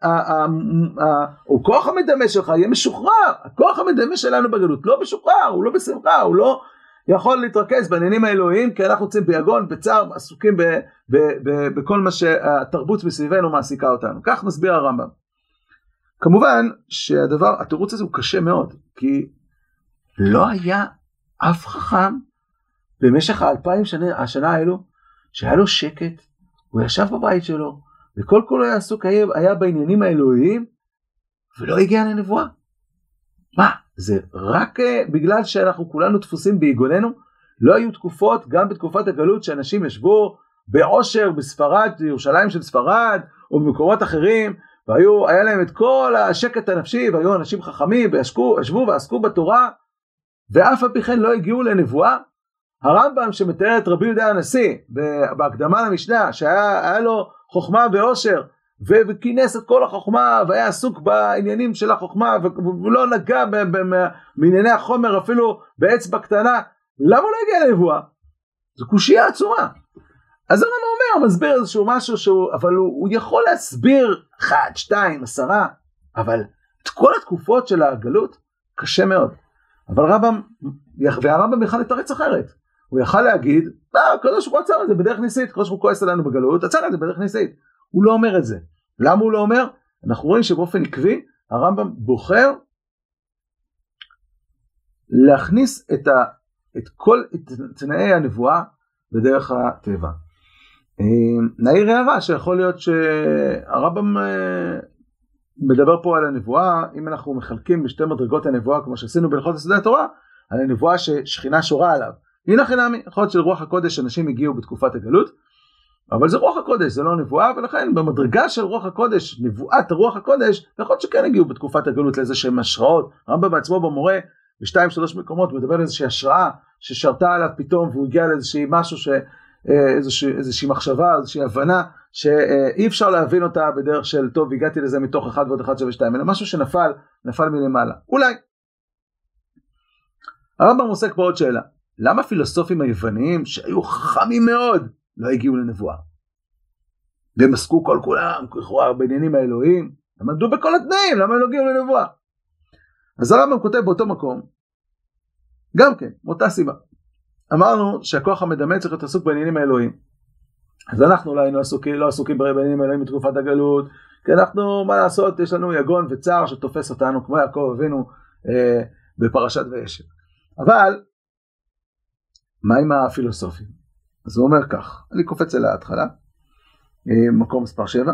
כוח המדמה שלך יהיה משוחרר. הכוח המדמה שלנו בגלות לא משוחרר, הוא לא בשמחה, הוא לא יכול להתרכז בעניינים האלוהיים, כי אנחנו רוצים ביגון, בצער, עסוקים בכל מה שהתרבות מסביבנו מעסיקה אותנו. כך מסביר הרמב"ם. כמובן התירוץ הזה הוא קשה מאוד, כי לא היה אף חכם במשך 2000 השנה האלו, שהיה לו שקט, הוא ישב בבית שלו, וכל כולו היה עסוק היה בעניינים האלוהיים, ולא הגיע לנבואה. מה? זה רק בגלל שאנחנו כולנו דפוסים ביגוננו? לא היו תקופות, גם בתקופת הגלות, שאנשים ישבו בעושר בספרד, בירושלים של ספרד, או במקומות אחרים, והיה להם את כל השקט הנפשי, והיו אנשים חכמים, וישבו ועסקו בתורה, ואף על פי כן לא הגיעו לנבואה. הרמב"ם שמתאר את רבי יהודה הנשיא, בהקדמה למשנה, שהיה לו חוכמה ועושר, וכינס את כל החוכמה, והיה עסוק בעניינים של החוכמה, ולא נגע בענייני החומר, אפילו באצבע קטנה, למה לא הגיע לנבואה? זו קושיה עצומה. אז הרמב"ם אומר, מסביר איזשהו משהו אבל הוא יכול להסביר 1, 2, 10, אבל את כל התקופות של הגלות קשה מאוד. אבל והרמב"ם יכל לתרץ אחרת. הוא יכל להגיד, הקדוש ברוך הוא עצר את זה בדרך ניסית, הקדוש ברוך הוא כועס עלינו בגלות, עצר את זה בדרך ניסית. הוא לא אומר את זה. למה הוא לא אומר? אנחנו רואים שבאופן עקבי, הרמב"ם בוחר להכניס את כל תנאי הנבואה בדרך הטבע. נעיר הערה שיכול להיות שהרמב"ם מדבר פה על הנבואה, אם אנחנו מחלקים בשתי מדרגות הנבואה, כמו שעשינו בהלכות יסודי התורה, על הנבואה ששכינה שורה עליו. הנה חינמי, יכול להיות של רוח הקודש אנשים הגיעו בתקופת הגלות, אבל זה רוח הקודש, זה לא נבואה, ולכן במדרגה של רוח הקודש, נבואת רוח הקודש, יכול להיות שכן הגיעו בתקופת הגלות לאיזה שהם השראות. הרמב"ם בעצמו במורה, ב2-3 מקומות, מדבר על איזושהי השראה ששרתה עליו פתאום, והוא הגיע לאיזושהי משהו, איזושהי מחשבה, איזושהי הבנה, שאי אפשר להבין אותה בדרך של טוב, הגעתי לזה מתוך 1 ועוד 1 שווה 2, אלא משהו שנפל מלמעלה. אולי. הרמב"ם עוסק פה עוד שאלה. למה פילוסופים היווניים שהיו חכמים מאוד לא הגיעו לנבואה? והם עסקו כל כולם בעניינים האלוהיים, הם עמדו בכל התנאים, למה הם לא הגיעו לנבואה? אז הרמב"ם כותב באותו מקום, גם כן, מאותה סיבה. אמרנו שהכוח המדמה צריך להיות עסוק בעניינים האלוהיים. אז אנחנו לא היינו לא עסוקים בעניינים האלוהיים בתקופת הגלות, כי אנחנו, מה לעשות, יש לנו יגון וצער שתופס אותנו, כמו יעקב אבינו בפרשת וישב. אבל, מה עם הפילוסופים? אז הוא אומר כך, אני קופץ אל ההתחלה, מקום מספר 7,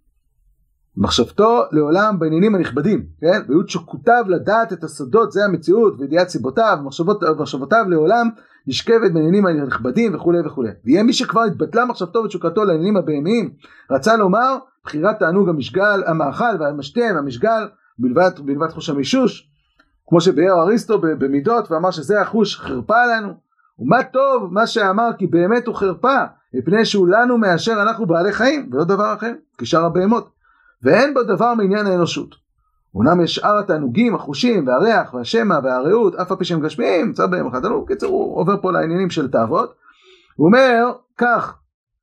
מחשבתו לעולם בעניינים הנכבדים, כן? והיות שכותב לדעת את הסודות, זה המציאות, וידיעת סיבותיו, מחשבותיו לעולם, נשכבת בעניינים הנכבדים וכו' וכו'. ויהיה מי שכבר התבטלה מחשבתו ותשוקתו לעניינים הבהמיים, רצה לומר, בחירת תענוג המשגל, המאכל והמשתה והמשגל, בלבד חוש המישוש, כמו שביאר אריסטו במידות, ואמר שזה החוש חרפה לנו, ומה טוב מה שאמר כי באמת הוא חרפה, מפני שהוא לנו מאשר אנחנו בעלי חיים, ולא דבר אחר, כשאר הבהמות. ואין בו דבר מעניין האנושות. אומנם יש שאר התענוגים, החושים, והריח, והשמע, והרעות, אף הפי שהם גשמיים, צר בהם אחד עלו. קיצר, הוא עובר פה לעניינים של תאוות. הוא אומר, כך,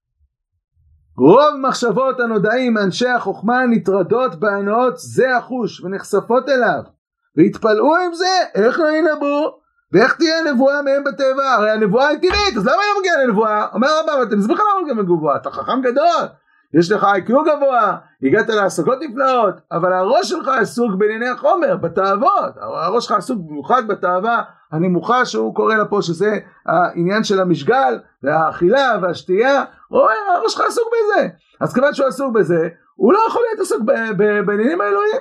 רוב מחשבות הנודעים, אנשי החוכמה, נטרדות בהנאות זה החוש, ונחשפות אליו, והתפלאו עם זה, איך לא ינבאו, ואיך תהיה נבואה מהם בטבע, הרי הנבואה היא טבעית, אז למה היא לא מגיעה לנבואה? אומר רבא, אתם מסביך למה מגיעה לנבואה, אתה חכם גדול, יש לך IQ גבוה, הגעת להשגות נפלאות, אבל הראש שלך עסוק בענייני החומר, בתאוות, הראש שלך עסוק במיוחד בתאווה הנמוכה שהוא קורא לה פה, שזה העניין של המשגל, והאכילה והשתייה, הוא אומר, הראש שלך עסוק בזה, אז כיוון שהוא עסוק בזה, הוא לא יכול להיות עסוק בעניינים האלוהיים,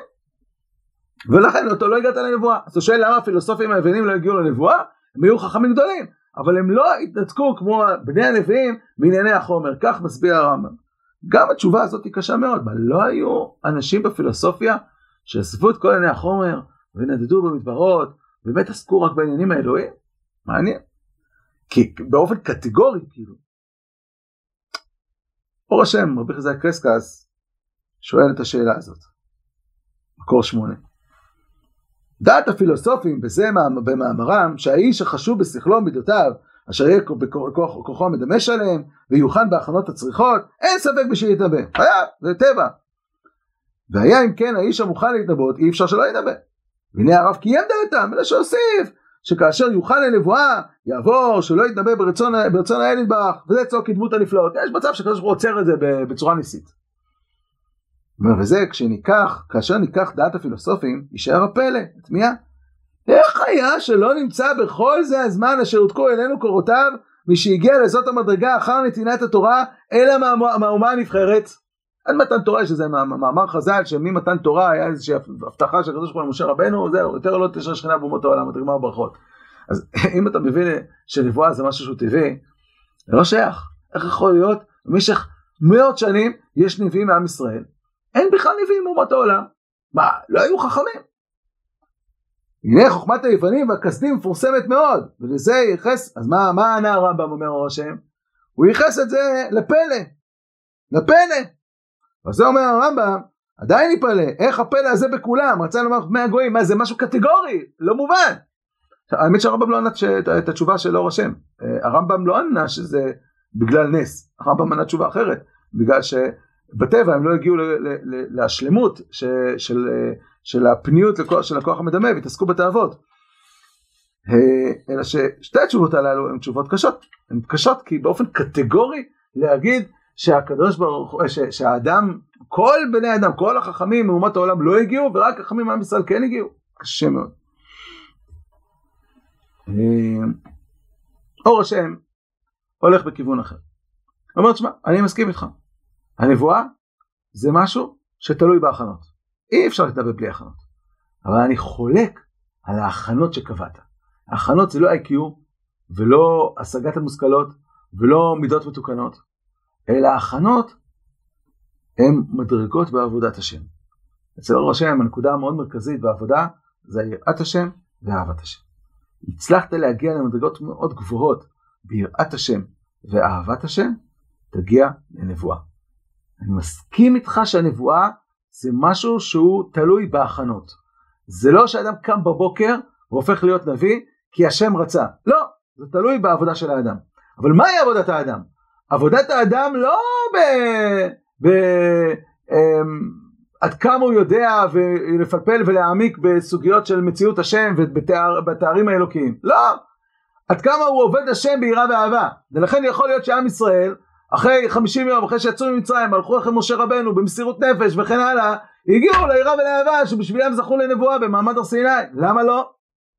ולכן אותו לא הגעת לנבואה. אז הוא שואל למה הפילוסופים היוונים לא הגיעו לנבואה, הם היו חכמים גדולים, אבל הם לא התנתקו כמו בני הנביאים בענייני החומר, כך מסביר הרמב"ם. גם התשובה הזאת היא קשה מאוד, אבל לא היו אנשים בפילוסופיה שאספו את כל ענייני החומר ונדדו במדברות, באמת עסקו רק בעניינים האלוהיים? מעניין. כי באופן קטגורי, כאילו. אור השם, רבי חזקיה קרסקס, שואל את השאלה הזאת. מקור 8. דעת הפילוסופים בזה במאמרם, שהאיש החשוב בשכלו ומידותיו, אשר יהיה כוחו מדמש עליהם, ויוכן בהכנות הצריכות, אין ספק בשביל להתנבא. היה, זה טבע. והיה אם כן האיש המוכן להתנבאות, אי אפשר שלא יתנבא. והנה הרב קיים דעתם, אלא שהוסיף, שכאשר יוכן לנבואה, יעבור שלא יתנבא ברצון האל יתברך, וזה צור קדמות הנפלאות. יש מצב שקדוש ברוך הוא עוצר את זה בצורה ניסית. וזה כאשר ניקח דעת הפילוסופים, יישאר הפלא, תמיהה. איך היה שלא נמצא בכל זה הזמן אשר הותקו אלינו קורותיו, מי שהגיע לזאת המדרגה אחר נתינת התורה, אלא מהאומה הנבחרת? עד מתן תורה, שזה מאמר חז"ל, שממתן תורה היה איזושהי הבטחה של הקדוש ברוך הוא למשה רבנו, זהו, יותר לא תשרה שכינה באומות העולם, תגמר ברכות. אז אם אתה מבין שנבואה זה משהו שהוא טבעי, זה לא שייך. איך יכול להיות? במשך מאות שנים יש נביאים מעם ישראל, אין בכלל נביאים באומות העולם. מה, לא היו חכמים? הנה חוכמת היוונים והכסדים מפורסמת מאוד, ולזה ייחס, אז מה ענה הרמב"ם אומר אור השם? הוא ייחס את זה לפלא. אז זה אומר הרמב"ם, עדיין יפלא, איך הפלא הזה בכולם, רצה לומר בני הגויים, מה זה משהו קטגורי, לא מובן. האמת שהרמב"ם לא ענה את התשובה של אור השם, הרמב"ם לא ענה שזה בגלל נס. הרמב"ם מנה תשובה אחרת, בגלל שבטבע הם לא הגיעו להשלמות של הפניות של הכוח המדמה, והתעסקו בתאוות. אלא ששתי התשובות הללו הן תשובות קשות. הן קשות כי באופן קטגורי להגיד שהקדוש ברוך הוא, שהאדם, כל בני אדם, כל החכמים מאומות העולם לא הגיעו, ורק החכמים מעם ישראל כן הגיעו. קשה מאוד. אור השם הולך בכיוון אחר. הוא אומר, תשמע, אני מסכים איתך. הנבואה זה משהו שתלוי בהכנות. אי אפשר לדבר בלי הכנות. אבל אני חולק על ההכנות שקבעת. ההכנות זה לא IQ, ולא השגת המושכלות, ולא מידות מתוקנות, אלא ההכנות הן מדרגות בעבודת השם. אצל אור השם, הנקודה המאוד מרכזית בעבודה, זה יראת השם ואהבת השם. הצלחת להגיע למדרגות מאוד גבוהות ביראת השם ואהבת השם, תגיע לנבואה. אני מסכים איתך שהנבואה זה משהו שהוא תלוי בהכנות. זה לא שאדם קם בבוקר והופך להיות נביא כי השם רצה. לא, זה תלוי בעבודה של האדם. אבל מהי עבודת האדם? עבודת האדם לא עד כמה הוא יודע ולפלפל ולהעמיק בסוגיות של מציאות השם ובתארים האלוקיים. לא, עד כמה הוא עובד השם ביראה ואהבה. ולכן יכול להיות שעם ישראל, אחרי 50 יום, אחרי שיצאו ממצרים, הלכו אחרי משה רבנו במסירות נפש וכן הלאה, הגיעו ליראה ולאהבה שבשבילם זכו לנבואה במעמד הר סיני. למה לא?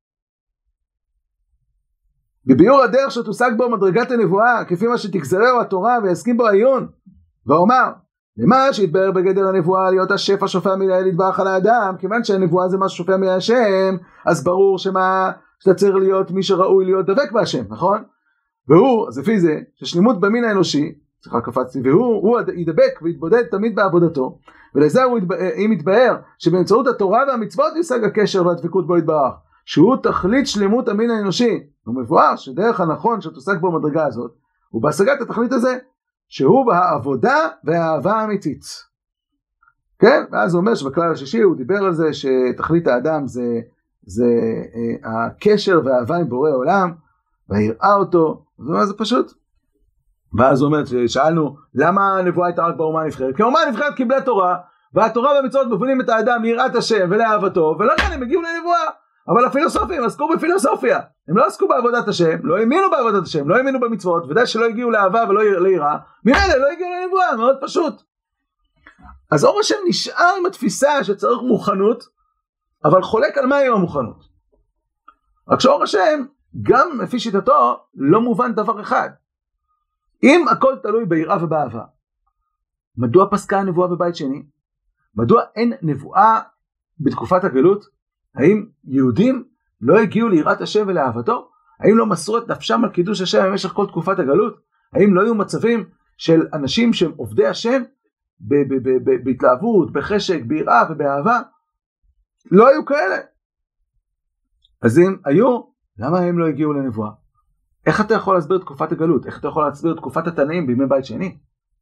בביאור הדרך שתושג בו מדרגת הנבואה, כפי מה שתגזרהו התורה ויסכים בו העיון, ואומר, למה שהתבהר בגדר הנבואה להיות השפע שופע מלאל יתברך על האדם, כיוון שהנבואה זה מה ששופע מהשם, אז ברור שאתה צריך להיות מי שראוי להיות דבק בהשם, נכון? והוא, אז לפי זה, ששלימות במין האנושי, צריכה קפצתי, והוא ידבק ויתבודד תמיד בעבודתו, ולזה אם יתבהר שבאמצעות התורה והמצוות יושג הקשר והדבקות בו יתברך, שהוא תכלית שלמות המין האנושי. הוא מבואר שדרך הנכון שתושג בו מדרגה הזאת, הוא בהשגת התכלית הזה, שהוא בעבודה והאהבה האמיתית. כן? ואז הוא אומר שבכלל השישי הוא דיבר על זה שתכלית האדם זה הקשר והאהבה עם בורא עולם, והראה אותו, זאת אומרת זה פשוט. ואז הוא אומר, שאלנו, למה הנבואה הייתה רק באומה הנבחרת? כי האומה הנבחרת קיבלה תורה, והתורה והמצוות מובילים את האדם ליראת השם ולאהבתו, ולכן הם הגיעו לנבואה. אבל הפילוסופים עסקו בפילוסופיה, הם לא עסקו בעבודת השם, לא האמינו בעבודת השם, לא האמינו במצוות, ודאי שלא הגיעו לאהבה ולא ליראה, ממילא לא הגיעו לנבואה, מאוד פשוט. אז אור השם נשאר עם התפיסה שצריך מוכנות, אבל חולק על מה היא המוכנות. רק שאור השם, גם לפי שיטתו, לא מובן דבר אחד. אם הכל תלוי ביראה ובאהבה, מדוע פסקה הנבואה בבית שני? מדוע אין נבואה בתקופת הגלות? האם יהודים לא הגיעו ליראת השם ולאהבתו? האם לא מסרו את נפשם על קידוש השם במשך כל תקופת הגלות? האם לא היו מצבים של אנשים שהם עובדי השם בהתלהבות, בחשק, ביראה ובאהבה? לא היו כאלה. אז אם היו, למה הם לא הגיעו לנבואה? איך אתה יכול להסביר את תקופת הגלות? איך אתה יכול להסביר את תקופת התנאים בימי בית שני?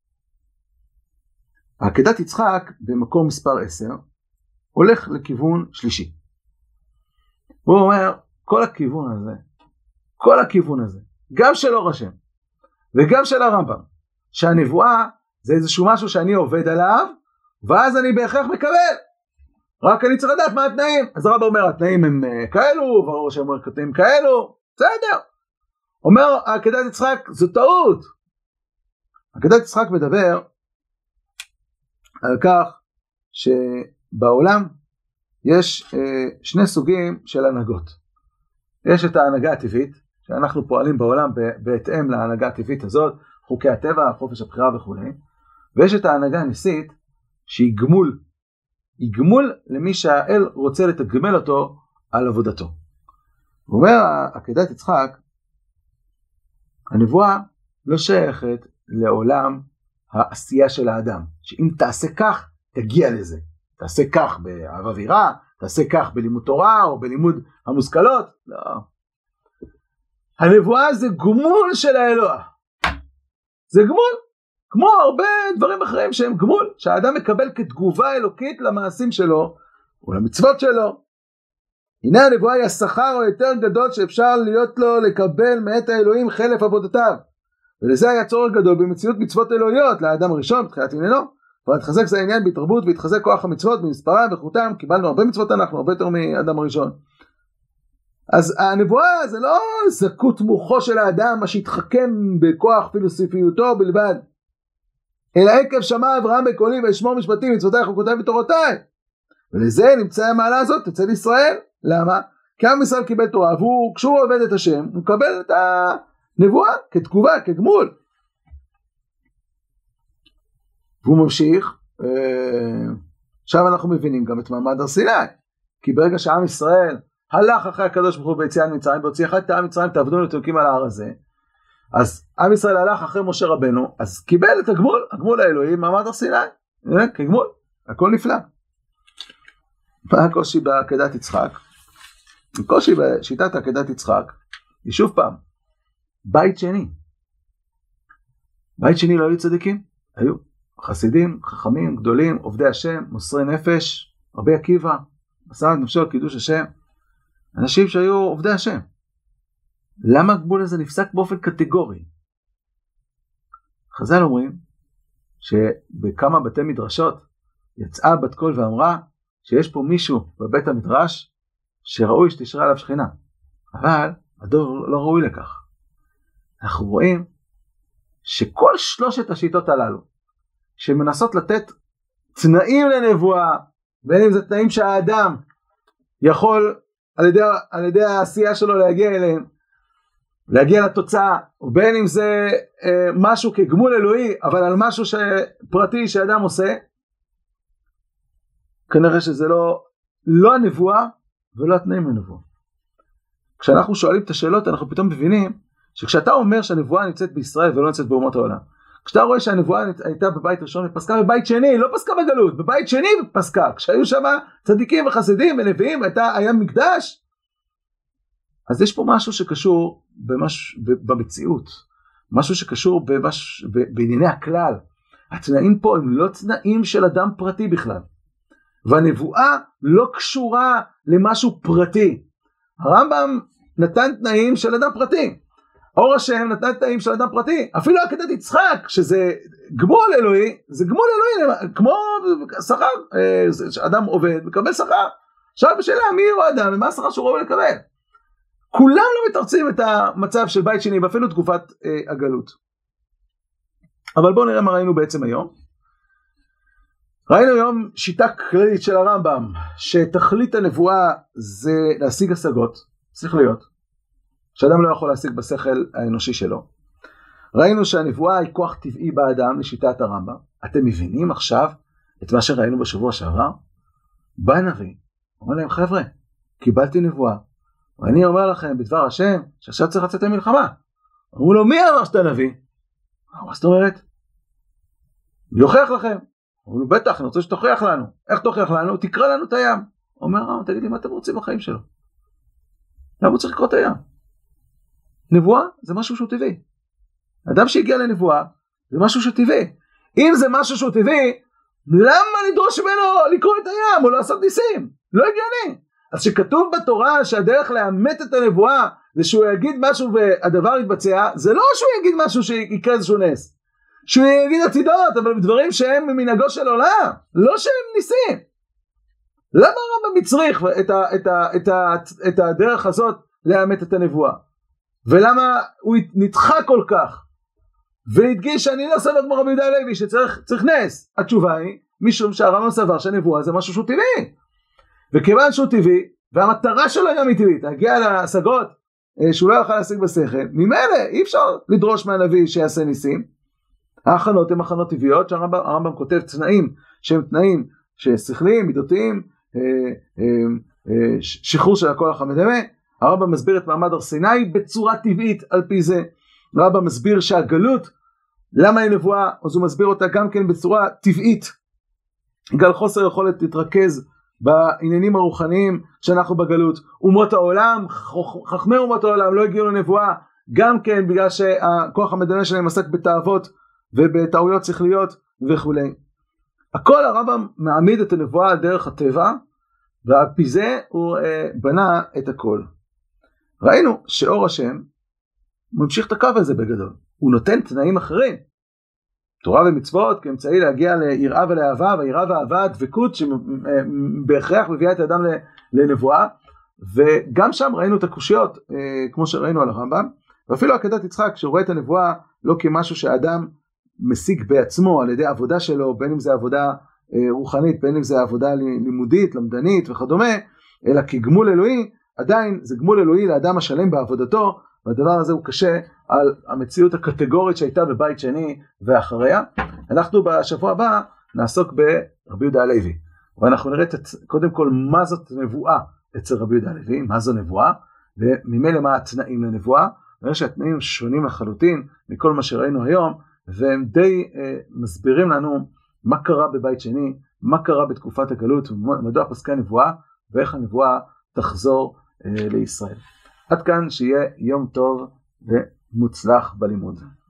עקדת יצחק במקום מספר 10 הולך לכיוון שלישי. הוא אומר, כל הכיוון הזה, גם של אור השם, וגם של הרמב"ם, שהנבואה זה איזשהו משהו שאני עובד עליו, ואז אני בהכרח מקבל. רק אני צריך לדעת מה התנאים. אז הרמב"ם אומר, התנאים הם כאלו, והאור השם אומר, התנאים כאלו, בסדר. אומר, עקדת יצחק, זו טעות. עקדת יצחק מדבר על כך שבעולם, יש שני סוגים של הנהגות. יש את ההנהגה הטבעית, שאנחנו פועלים בעולם בהתאם להנהגה הטבעית הזאת, חוקי הטבע, חופש הבחירה וכו'. ויש את ההנהגה הניסית, שהיא גמול. היא גמול למי שהאל רוצה לתגמל אותו על עבודתו. הוא אומר, עקדת יצחק, הנבואה לא שייכת לעולם העשייה של האדם. שאם תעשה כך, תגיע לזה. תעשה כך באהבה ויראה, תעשה כך בלימוד תורה או בלימוד המושכלות. לא. הנבואה זה גמול של האלוה. זה גמול. כמו הרבה דברים אחרים שהם גמול. שהאדם מקבל כתגובה אלוקית למעשים שלו ולמצוות שלו. הנה הנבואה היא השכר היותר גדול שאפשר להיות לו לקבל מאת האלוהים חלף עבודותיו. ולזה היה צורך גדול במציאות מצוות אלוהיות לאדם הראשון בתחילת עניינו, והתחזק זה העניין בהתרבות והתחזק כוח המצוות במספרם וחותם, קיבלנו הרבה מצוות אנחנו, הרבה יותר מאדם הראשון. אז הנבואה זה לא זכות מוחו של האדם, מה שהתחכם בכוח פילוסופיותו בלבד, אלא עקב שמע אברהם בקולי וישמור משפטי מצוותיי חוקותיי ותורותיי. ולזה נמצא המעלה הזאת אצל ישראל. למה? כי עם ישראל קיבל תורה, כשהוא עובד את השם הוא מקבל את הנבואה כתגובה, כגמול. והוא ממשיך, עכשיו אנחנו מבינים גם את מעמד הר סיני, כי ברגע שעם ישראל הלך אחרי הקדוש ברוך הוא ביציאת מצרים, והוציא את עם מצרים תעבדון ותוקים על ההר הזה, אז עם ישראל הלך אחרי משה רבנו, אז קיבל את הגמול האלוהי, מעמד הר סיני, כגמול, הכל נפלא. מה הקושי בעקדת יצחק? הקושי בשיטת עקדת יצחק, היא שוב פעם, בית שני. בית שני לא היו צדיקים, היו חסידים, חכמים, גדולים, עובדי השם, מוסרי נפש, רבי עקיבא, מסר את נפשו על קידוש השם, אנשים שהיו עובדי השם. למה הגבול הזה נפסק באופן קטגורי? חז"ל אומרים שבכמה בתי מדרשות יצאה בת קול ואמרה שיש פה מישהו בבית המדרש שראוי שתשרה עליו שכינה, אבל הדור לא ראוי לכך. אנחנו רואים שכל שלושת השיטות הללו שמנסות לתת תנאים לנבואה, בין אם זה תנאים שהאדם יכול על ידי העשייה שלו להגיע אליהם, להגיע לתוצאה, ובין אם זה משהו כגמול אלוהי, אבל על משהו פרטי שאדם עושה, כנראה שזה לא הנבואה ולא התנאים לנבואה. כשאנחנו שואלים את השאלות, אנחנו פתאום מבינים שכשאתה אומר שהנבואה נמצאת בישראל ולא נמצאת באומות העולם, כשאתה רואה שהנבואה הייתה בבית ראשון ופסקה בבית שני, לא פסקה בגלות, בבית שני פסקה, כשהיו שם צדיקים וחסידים ונביאים, היה מקדש, אז יש פה משהו שקשור במציאות, משהו שקשור בענייני הכלל. התנאים פה הם לא תנאים של אדם פרטי בכלל, והנבואה לא קשורה למשהו פרטי. הרמב"ם נתן תנאים של אדם פרטי, אור השם נתן תנאים של אדם פרטי, אפילו עקדת יצחק שזה גמול אלוהי, זה גמול אלוהי כמו שכר, אדם עובד מקבל שכר. עכשיו בשאלה מי הוא האדם ומה השכר שהוא ראוי לקבל. כולם לא מתרצים את המצב של בית שני ואפילו תקופת הגלות. אבל בואו נראה מה ראינו בעצם היום. ראינו היום שיטה כללית של הרמב"ם שתכלית הנבואה זה להשיג השגות, צריך להיות, שאדם לא יכול להשיג בשכל האנושי שלו. ראינו שהנבואה היא כוח טבעי באדם לשיטת הרמב"ם. אתם מבינים עכשיו את מה שראינו בשבוע שעבר? בא נביא, אומר להם חבר'ה, קיבלתי נבואה, ואני אומר לכם בדבר השם שעכשיו צריך לצאת למלחמה. אמרו לו, מי אמר שאתה נביא? מה זאת אומרת? יוכיח לכם. אמרו לו, בטח, אני רוצה שתוכיח לנו. איך תוכיח לנו? תקרא לנו את הים. אומר, תגידי מה אתם רוצים בחיים שלו? למה הוא צריך לקרוא את הים? נבואה זה משהו שהוא טבעי. אדם שהגיע לנבואה זה משהו שהוא טבעי. אם זה משהו שהוא טבעי, למה לדרוש ממנו לקרוא את הים או לעשות ניסים? לא הגיוני. אז שכתוב בתורה שהדרך לאמת את הנבואה זה שהוא יגיד משהו והדבר יתבצע, זה לא שהוא יגיד משהו שיקרה איזשהו נס, שהוא יגיד עתידות, אבל דברים שהם ממנהגו של עולם, לא שהם ניסים. למה הרמב"ם מצריך את הדרך הזאת לאמת את הנבואה? ולמה הוא נדחה כל כך והדגיש שאני לא סבר כמו רבי יהודה הלוי שצריך נס? התשובה היא משום שהרמב"ם סבר שהנבואה זה משהו שהוא טבעי, וכיוון שהוא טבעי והמטרה שלו גם היא טבעית, להגיע להשגות שהוא לא יוכל להשיג בשכל, ממילא אי אפשר לדרוש מהנביא שיעשה ניסים. ההכנות הן הכנות טבעיות שהרמב"ם כותב תנאים שהם תנאים ששכליים, מידותיים, שחרור של הכוח המדמה. הרמב"ם מסביר את מעמד הר סיני בצורה טבעית על פי זה. הרמב"ם מסביר שהגלות, למה היא נבואה, אז הוא מסביר אותה גם כן בצורה טבעית, בגלל חוסר יכולת להתרכז בעניינים הרוחניים שאנחנו בגלות. אומות העולם, חכמי אומות העולם לא הגיעו לנבואה, גם כן בגלל שהכוח המדמה שלהם עסק בתאוות ובטעויות שכליות וכו'. הכל הרמב"ם מעמיד את הנבואה על דרך הטבע, ועל פי זה הוא בנה את הכל. ראינו שאור השם ממשיך את הקו הזה בגדול. הוא נותן תנאים אחרים. תורה ומצוות כאמצעי להגיע ליראה ולאהבה, והיראה והאהבה הדבקות שבהכרח מביאה את האדם לנבואה, וגם שם ראינו את הקושיות, כמו שראינו על הרמב"ם, ואפילו עקדת יצחק, שהוא רואה את הנבואה לא כמשהו שהאדם משיג בעצמו על ידי עבודה שלו, בין אם זה עבודה רוחנית, בין אם זה עבודה לימודית, למדנית וכדומה, אלא כגמול אלוהי, עדיין זה גמול אלוהי לאדם השלם בעבודתו, והדבר הזה הוא קשה על המציאות הקטגורית שהייתה בבית שני ואחריה. אנחנו בשבוע הבא נעסוק ברבי יהודה הלוי, ואנחנו נראה קודם כל מה זאת נבואה אצל רבי יהודה הלוי, מה זו נבואה, וממילא מה התנאים לנבואה. נראה שהתנאים שונים לחלוטין מכל מה שראינו היום, והם די מסבירים לנו מה קרה בבית שני, מה קרה בתקופת הגלות, מדוע פסקי הנבואה, ואיך הנבואה תחזור לישראל. עד כאן, שיהיה יום טוב ומוצלח בלימוד.